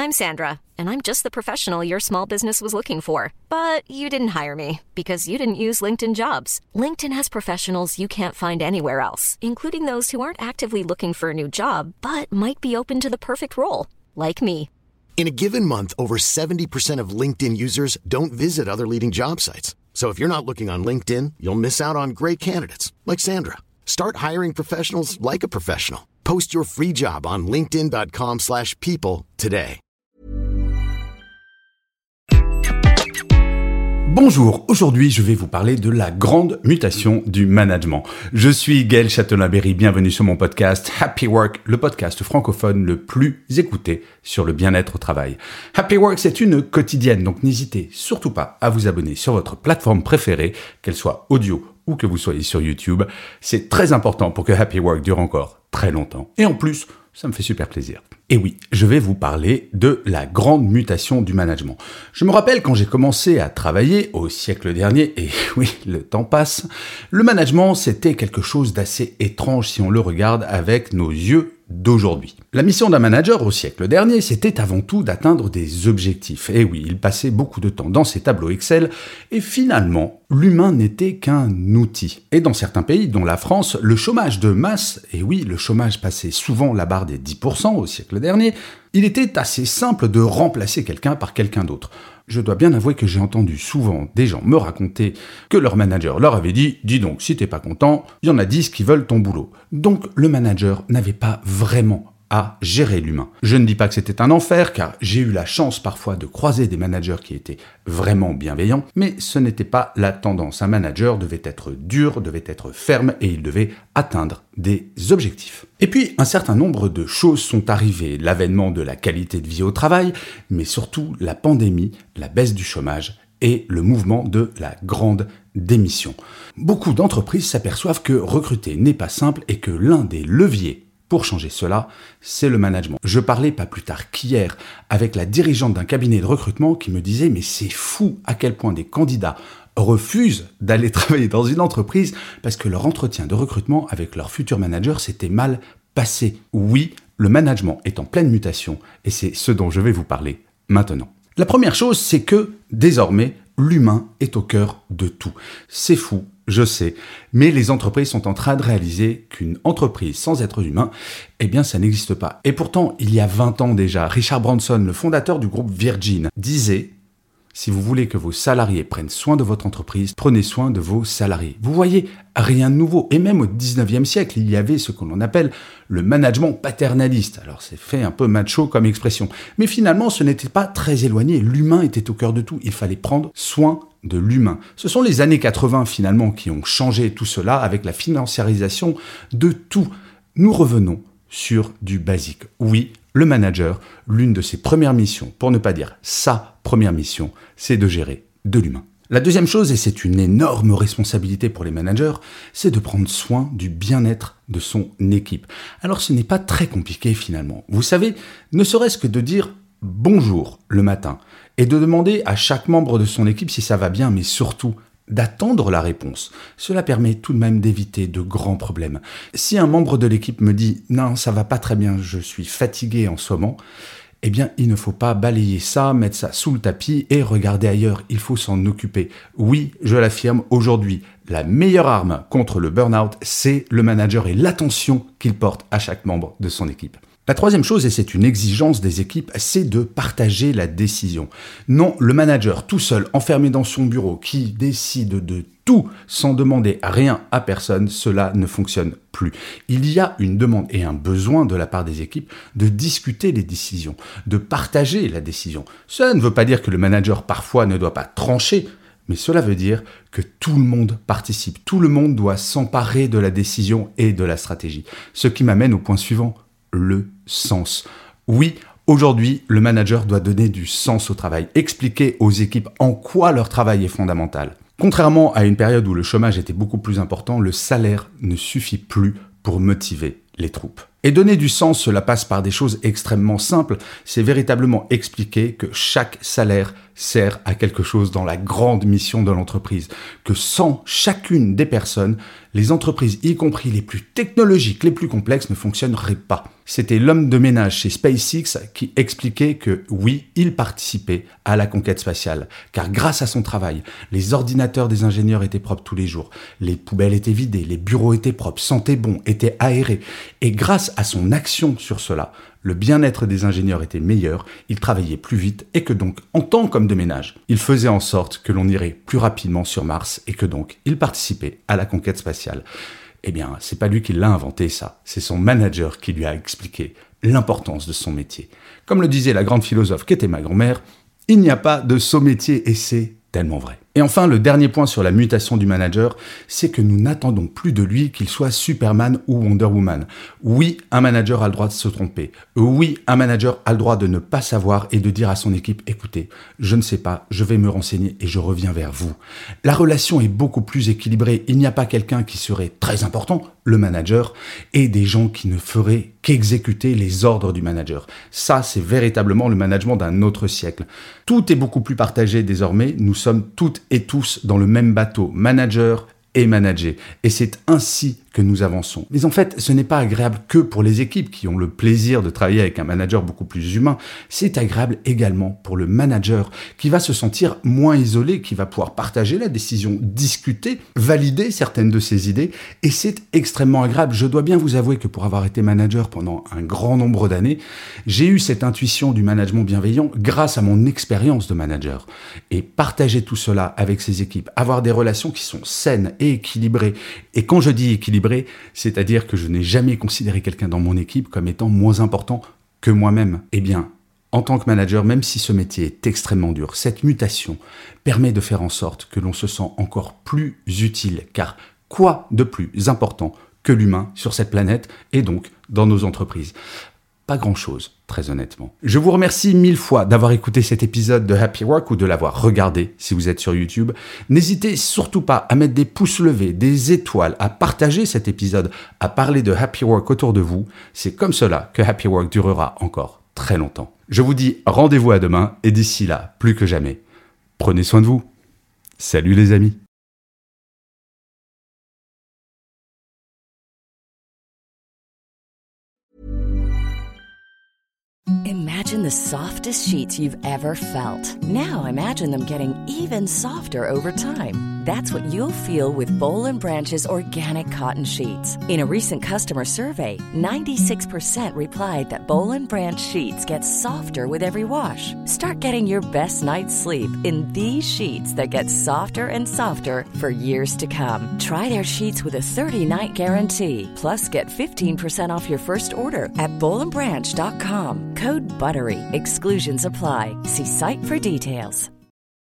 I'm Sandra, and I'm just the professional your small business was looking for. But you didn't hire me because you didn't use LinkedIn Jobs. LinkedIn has professionals you can't find anywhere else, including those who aren't actively looking for a new job, but might be open to the perfect role, like me. In a given month, over 70% of LinkedIn users don't visit other leading job sites. So if you're not looking on LinkedIn, you'll miss out on great candidates like Sandra. Start hiring professionals like a professional. Post your free job on linkedin.com/people today. Bonjour, aujourd'hui je vais vous parler de la grande mutation du management. Je suis Gaël Châtelain-Berry, bienvenue sur mon podcast Happy Work, le podcast francophone le plus écouté sur le bien-être au travail. Happy Work, c'est une quotidienne, donc n'hésitez surtout pas à vous abonner sur votre plateforme préférée, qu'elle soit audio ou que vous soyez sur YouTube. C'est très important pour que Happy Work dure encore très longtemps. Et en plus, ça me fait super plaisir. Et oui, je vais vous parler de la grande mutation du management. Je me rappelle quand j'ai commencé à travailler au siècle dernier, et oui, le temps passe, le management c'était quelque chose d'assez étrange si on le regarde avec nos yeux d'aujourd'hui. La mission d'un manager au siècle dernier, c'était avant tout d'atteindre des objectifs. Et oui, il passait beaucoup de temps dans ses tableaux Excel, et finalement, l'humain n'était qu'un outil. Et dans certains pays, dont la France, le chômage de masse, et oui, le chômage passait souvent la barre des 10% au siècle dernier, il était assez simple de remplacer quelqu'un par quelqu'un d'autre. Je dois bien avouer que j'ai entendu souvent des gens me raconter que leur manager leur avait dit « Dis donc, si t'es pas content, il y en a 10 qui veulent ton boulot ». Donc le manager n'avait pas vraiment à gérer l'humain. Je ne dis pas que c'était un enfer, car j'ai eu la chance parfois de croiser des managers qui étaient vraiment bienveillants, mais ce n'était pas la tendance. Un manager devait être dur, devait être ferme, et il devait atteindre des objectifs. Et puis, un certain nombre de choses sont arrivées. L'avènement de la qualité de vie au travail, mais surtout la pandémie, la baisse du chômage et le mouvement de la grande démission. Beaucoup d'entreprises s'aperçoivent que recruter n'est pas simple et que l'un des leviers pour changer cela, c'est le management. Je parlais pas plus tard qu'hier avec la dirigeante d'un cabinet de recrutement qui me disait « Mais c'est fou à quel point des candidats refusent d'aller travailler dans une entreprise parce que leur entretien de recrutement avec leur futur manager s'était mal passé. » Oui, le management est en pleine mutation et c'est ce dont je vais vous parler maintenant. La première chose, c'est que désormais, l'humain est au cœur de tout. C'est fou, je sais, mais les entreprises sont en train de réaliser qu'une entreprise sans être humain, eh bien ça n'existe pas. Et pourtant, il y a 20 ans déjà, Richard Branson, le fondateur du groupe Virgin, disait « Si vous voulez que vos salariés prennent soin de votre entreprise, prenez soin de vos salariés. » Vous voyez, rien de nouveau. Et même au 19e siècle, il y avait ce que l'on appelle le management paternaliste. Alors c'est fait un peu macho comme expression. Mais finalement, ce n'était pas très éloigné. L'humain était au cœur de tout. Il fallait prendre soin de l'humain. Ce sont les années 80 finalement qui ont changé tout cela avec la financiarisation de tout. Nous revenons sur du basique. Oui, le manager, l'une de ses premières missions, pour ne pas dire sa première mission, c'est de gérer de l'humain. La deuxième chose, et c'est une énorme responsabilité pour les managers, c'est de prendre soin du bien-être de son équipe. Alors ce n'est pas très compliqué finalement. Vous savez, ne serait-ce que de dire bonjour le matin et de demander à chaque membre de son équipe si ça va bien, mais surtout d'attendre la réponse. Cela permet tout de même d'éviter de grands problèmes. Si un membre de l'équipe me dit « Non, ça va pas très bien, je suis fatigué en ce moment », eh bien, il ne faut pas balayer ça, mettre ça sous le tapis et regarder ailleurs. Il faut s'en occuper. Oui, je l'affirme aujourd'hui, la meilleure arme contre le burn-out, c'est le manager et l'attention qu'il porte à chaque membre de son équipe. La troisième chose, et c'est une exigence des équipes, c'est de partager la décision. Non, le manager tout seul, enfermé dans son bureau, qui décide de tout sans demander rien à personne, cela ne fonctionne plus. Il y a une demande et un besoin de la part des équipes de discuter les décisions, de partager la décision. Cela ne veut pas dire que le manager parfois ne doit pas trancher, mais cela veut dire que tout le monde participe, tout le monde doit s'emparer de la décision et de la stratégie. Ce qui m'amène au point suivant. Le sens. Oui, aujourd'hui, le manager doit donner du sens au travail, expliquer aux équipes en quoi leur travail est fondamental. Contrairement à une période où le chômage était beaucoup plus important, le salaire ne suffit plus pour motiver les troupes. Et donner du sens, cela passe par des choses extrêmement simples. C'est véritablement expliquer que chaque salaire sert à quelque chose dans la grande mission de l'entreprise. Que sans chacune des personnes, les entreprises, y compris les plus technologiques, les plus complexes, ne fonctionneraient pas. C'était l'homme de ménage chez SpaceX qui expliquait que oui, il participait à la conquête spatiale. Car grâce à son travail, les ordinateurs des ingénieurs étaient propres tous les jours. Les poubelles étaient vidées, les bureaux étaient propres, sentaient bon, étaient aérés. Et grâce à son action sur cela, le bien-être des ingénieurs était meilleur, ils travaillaient plus vite et que donc, en tant qu'homme de ménage, il faisait en sorte que l'on irait plus rapidement sur Mars et que donc, il participait à la conquête spatiale. Eh bien, c'est pas lui qui l'a inventé ça, c'est son manager qui lui a expliqué l'importance de son métier. Comme le disait la grande philosophe qu'était ma grand-mère, il n'y a pas de sot métier et c'est tellement vrai. Et enfin, le dernier point sur la mutation du manager, c'est que nous n'attendons plus de lui qu'il soit Superman ou Wonder Woman. Oui, un manager a le droit de se tromper. Oui, un manager a le droit de ne pas savoir et de dire à son équipe, écoutez, je ne sais pas, je vais me renseigner et je reviens vers vous. La relation est beaucoup plus équilibrée. Il n'y a pas quelqu'un qui serait très important, le manager, et des gens qui ne feraient qu'exécuter les ordres du manager. Ça, c'est véritablement le management d'un autre siècle. Tout est beaucoup plus partagé désormais. Nous sommes toutes et tous dans le même bateau, manager et manager. Et c'est ainsi que nous avançons. Mais en fait, ce n'est pas agréable que pour les équipes qui ont le plaisir de travailler avec un manager beaucoup plus humain. C'est agréable également pour le manager qui va se sentir moins isolé, qui va pouvoir partager la décision, discuter, valider certaines de ses idées. Et c'est extrêmement agréable. Je dois bien vous avouer que pour avoir été manager pendant un grand nombre d'années, j'ai eu cette intuition du management bienveillant grâce à mon expérience de manager. Et partager tout cela avec ses équipes, avoir des relations qui sont saines et équilibrées. Et quand je dis équilibré, c'est-à-dire que je n'ai jamais considéré quelqu'un dans mon équipe comme étant moins important que moi-même. Eh bien, en tant que manager, même si ce métier est extrêmement dur, cette mutation permet de faire en sorte que l'on se sent encore plus utile, car quoi de plus important que l'humain sur cette planète et donc dans nos entreprises ? Pas grand-chose, très honnêtement. Je vous remercie 1000 fois d'avoir écouté cet épisode de Happy Work ou de l'avoir regardé si vous êtes sur YouTube. N'hésitez surtout pas à mettre des pouces levés, des étoiles, à partager cet épisode, à parler de Happy Work autour de vous. C'est comme cela que Happy Work durera encore très longtemps. Je vous dis rendez-vous à demain et d'ici là, plus que jamais, prenez soin de vous. Salut les amis. Imagine the softest sheets you've ever felt. Now imagine them getting even softer over time. That's what you'll feel with Boll & Branch's organic cotton sheets. In a recent customer survey, 96% replied that Boll & Branch sheets get softer with every wash. Start getting your best night's sleep in these sheets that get softer and softer for years to come. Try their sheets with a 30-night guarantee. Plus, get 15% off your first order at bollandbranch.com. Code BUTTERY. Exclusions apply. See site for details.